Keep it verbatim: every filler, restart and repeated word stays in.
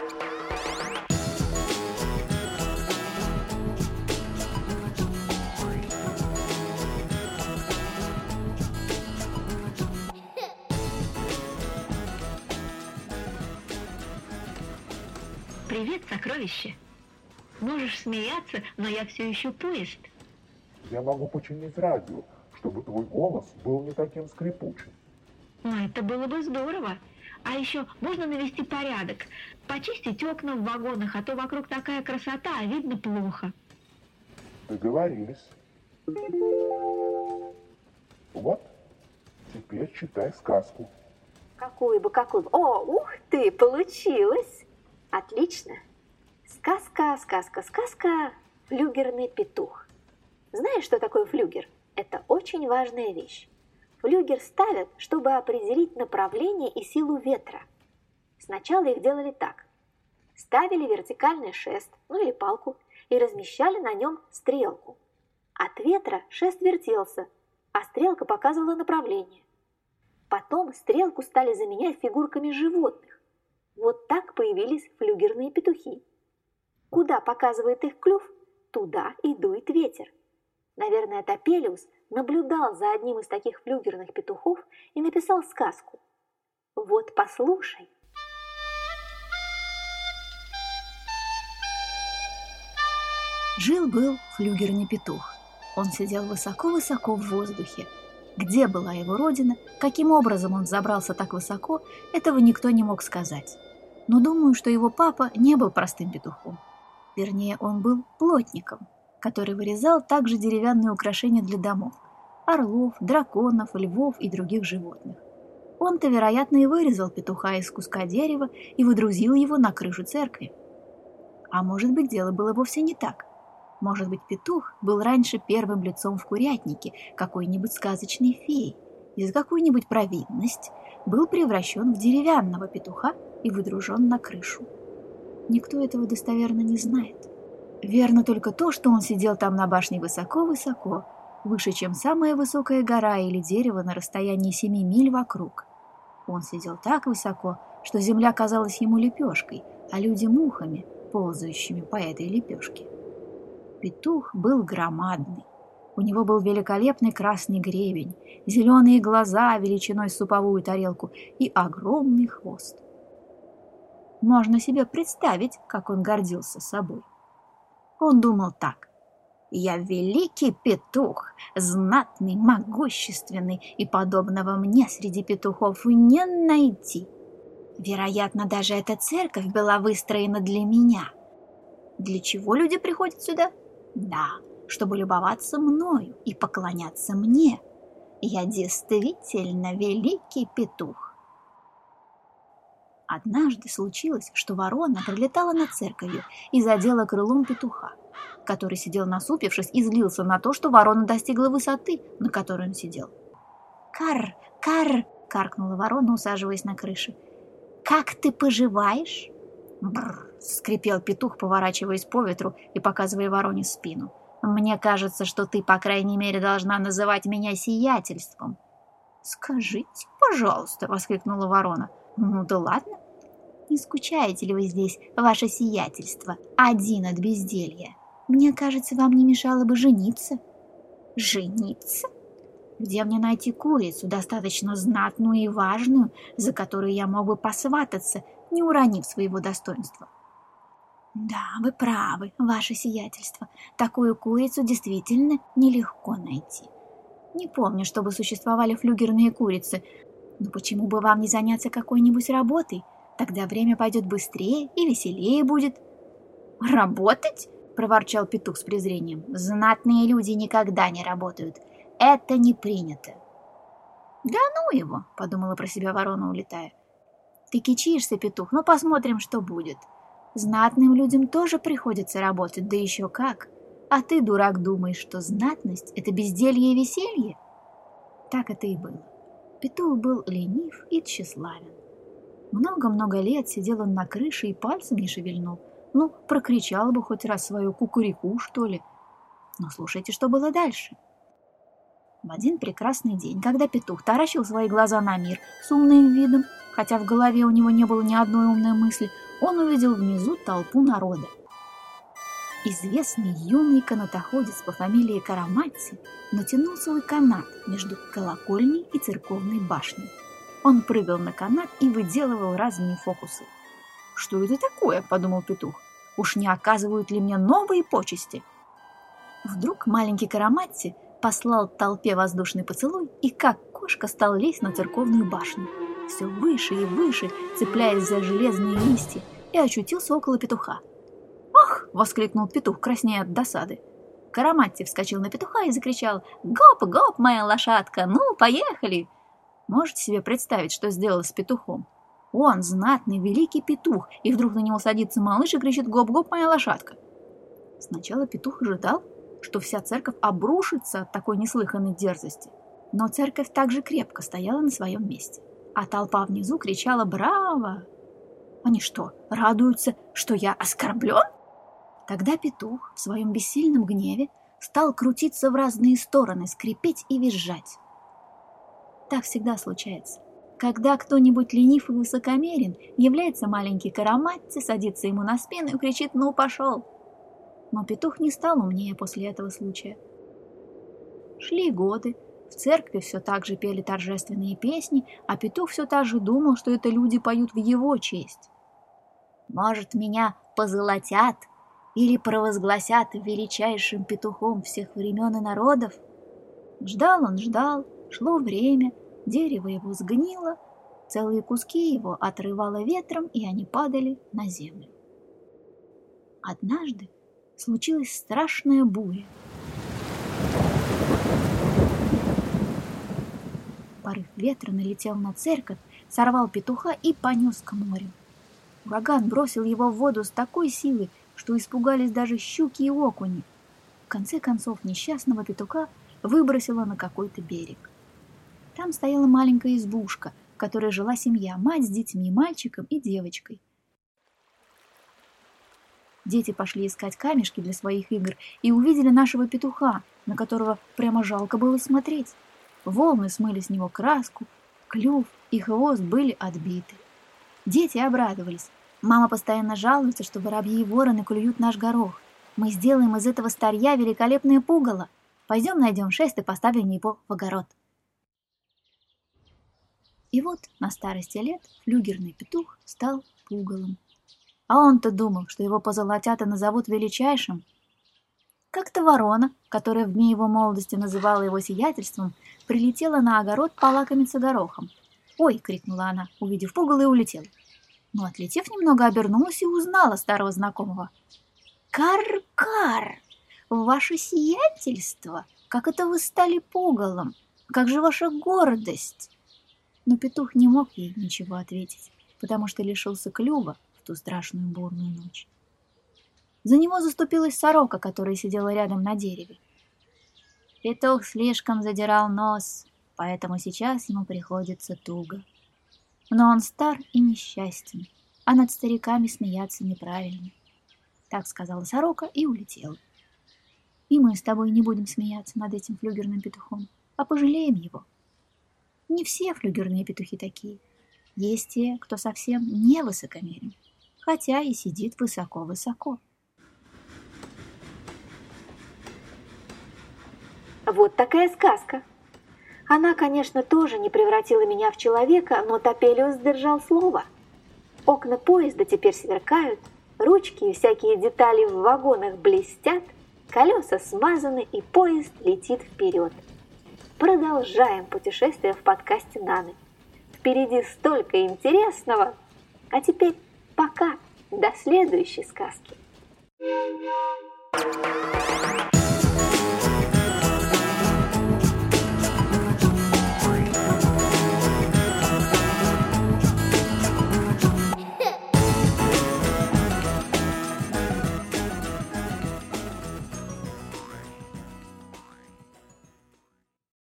Привет, сокровище. Можешь смеяться, но я все ищу поезд. Я могу починить радио, чтобы твой голос был не таким скрипучим. Ну, это было бы здорово. А еще можно навести порядок, почистить окна в вагонах, а то вокруг такая красота, а видно плохо. Договорились. Вот, теперь читай сказку. Какую бы, какую бы. О, ух ты, получилось! Отлично. Сказка, сказка, сказка. Флюгерный петух. Знаешь, что такое флюгер? Это очень важная вещь. Флюгер ставят, чтобы определить направление и силу ветра. Сначала их делали так. Ставили вертикальный шест, ну или палку, и размещали на нем стрелку. От ветра шест вертелся, а стрелка показывала направление. Потом стрелку стали заменять фигурками животных. Вот так появились флюгерные петухи. Куда показывает их клюв, туда и дует ветер. Наверное, Топелиус наблюдал за одним из таких флюгерных петухов и написал сказку. Вот послушай. Жил-был флюгерный петух. Он сидел высоко-высоко в воздухе. Где была его родина, каким образом он забрался так высоко, этого никто не мог сказать. Но думаю, что его папа не был простым петухом. Вернее, он был плотником, который вырезал также деревянные украшения для домов – орлов, драконов, львов и других животных. Он-то, вероятно, и вырезал петуха из куска дерева и выдрузил его на крышу церкви. А может быть, дело было вовсе не так. Может быть, петух был раньше первым лицом в курятнике какой-нибудь сказочной феи и за какую-нибудь провинность был превращен в деревянного петуха и выдружен на крышу. Никто этого достоверно не знает. Верно только то, что он сидел там на башне высоко-высоко, выше, чем самая высокая гора или дерево на расстоянии семи миль вокруг. Он сидел так высоко, что земля казалась ему лепешкой, а люди мухами, ползающими по этой лепешке. Петух был громадный. У него был великолепный красный гребень, зеленые глаза величиной с суповую тарелку и огромный хвост. Можно себе представить, как он гордился собой. Он думал так: «Я великий петух, знатный, могущественный, и подобного мне среди петухов и не найти. Вероятно, даже эта церковь была выстроена для меня. Для чего люди приходят сюда? Да, чтобы любоваться мною и поклоняться мне. Я действительно великий петух». Однажды случилось, что ворона прилетала над церковью и задела крылом петуха, который сидел насупившись и злился на то, что ворона достигла высоты, на которой он сидел. «Карр, карр!» — каркнула ворона, усаживаясь на крыше. «Как ты поживаешь?» «Бррр!» — скрипел петух, поворачиваясь по ветру и показывая вороне спину. «Мне кажется, что ты, по крайней мере, должна называть меня сиятельством». «Скажите, пожалуйста!» — воскликнула ворона. «Ну да ладно. Не скучаете ли вы здесь, ваше сиятельство, один от безделья? Мне кажется, вам не мешало бы жениться». «Жениться? Где мне найти курицу, достаточно знатную и важную, за которую я мог бы посвататься, не уронив своего достоинства?» «Да, вы правы, ваше сиятельство. Такую курицу действительно нелегко найти. Не помню, чтобы существовали флюгерные курицы. Но почему бы вам не заняться какой-нибудь работой? Тогда время пойдет быстрее и веселее будет». «Работать?» — проворчал петух с презрением. «Знатные люди никогда не работают. Это не принято». «Да ну его!» — подумала про себя ворона, улетая. «Ты кичишься, петух, но посмотрим, что будет. Знатным людям тоже приходится работать, да еще как. А ты, дурак, думаешь, что знатность — это безделье и веселье?» Так это и было. Петух был ленив и тщеславен. Много-много лет сидел он на крыше и пальцем не шевельнул. Ну, прокричал бы хоть раз свою кукурику, что ли. Но слушайте, что было дальше. В один прекрасный день, когда петух таращил свои глаза на мир с умным видом, хотя в голове у него не было ни одной умной мысли, он увидел внизу толпу народа. Известный юный канатоходец по фамилии Караматти натянул свой канат между колокольней и церковной башней. Он прыгал на канат и выделывал разные фокусы. «Что это такое?» – подумал петух. «Уж не оказывают ли мне новые почести?» Вдруг маленький Караматти послал толпе воздушный поцелуй и как кошка стал лезть на церковную башню, все выше и выше, цепляясь за железные листья, и очутился около петуха. «Ах!» – воскликнул петух, краснея от досады. Караматти вскочил на петуха и закричал: «Гоп, гоп, моя лошадка, ну, поехали!» Можете себе представить, что сделал с петухом? Он знатный, великий петух, и вдруг на него садится малыш и кричит: «Гоп-гоп, моя лошадка!» Сначала петух ожидал, что вся церковь обрушится от такой неслыханной дерзости, но церковь также крепко стояла на своем месте, а толпа внизу кричала: «Браво!» Они что, радуются, что я оскорблен? Тогда петух в своем бессильном гневе стал крутиться в разные стороны, скрипеть и визжать. Так всегда случается. Когда кто-нибудь ленив и высокомерен, является маленький Караматти, садится ему на спину и кричит: «Ну, пошел!» Но петух не стал умнее после этого случая. Шли годы, в церкви все так же пели торжественные песни, а петух все так же думал, что это люди поют в его честь. «Может, меня позолотят или провозгласят величайшим петухом всех времен и народов?» Ждал он, ждал, шло время, дерево его сгнило, целые куски его отрывало ветром, и они падали на землю. Однажды случилась страшная буря. Порыв ветра налетел на церковь, сорвал петуха и понес к морю. Ураган бросил его в воду с такой силой, что испугались даже щуки и окуни. В конце концов несчастного петуха выбросило на какой-то берег. Там стояла маленькая избушка, в которой жила семья, мать с детьми, мальчиком и девочкой. Дети пошли искать камешки для своих игр и увидели нашего петуха, на которого прямо жалко было смотреть. Волны смыли с него краску, клюв и хвост были отбиты. Дети обрадовались. Мама постоянно жалуется, что воробьи и вороны клюют наш горох. Мы сделаем из этого старья великолепное пугало. Пойдем найдем шест и поставим его в огород. И вот на старости лет флюгерный петух стал пугалом. А он-то думал, что его позолотят и назовут величайшим. Как-то ворона, которая в дни его молодости называла его сиятельством, прилетела на огород полакомиться горохом. «Ой!» — крикнула она, увидев пугало, и улетела. Но, отлетев немного, обернулась и узнала старого знакомого. «Кар-кар! Ваше сиятельство! Как это вы стали пугалом? Как же ваша гордость?» Но петух не мог ей ничего ответить, потому что лишился клюва в ту страшную бурную ночь. За него заступилась сорока, которая сидела рядом на дереве. Петух слишком задирал нос, поэтому сейчас ему приходится туго. Но он стар и несчастен, а над стариками смеяться неправильно. Так сказала сорока и улетела. И мы с тобой не будем смеяться над этим флюгерным петухом, а пожалеем его. Не все флюгерные петухи такие. Есть те, кто совсем не высокомерен, хотя и сидит высоко-высоко. Вот такая сказка. Она, конечно, тоже не превратила меня в человека, но Топелиус сдержал слово. Окна поезда теперь сверкают, ручки и всякие детали в вагонах блестят, колеса смазаны, и поезд летит вперед. Продолжаем путешествие в подкасте Наны. Впереди столько интересного. А теперь пока, до следующей сказки.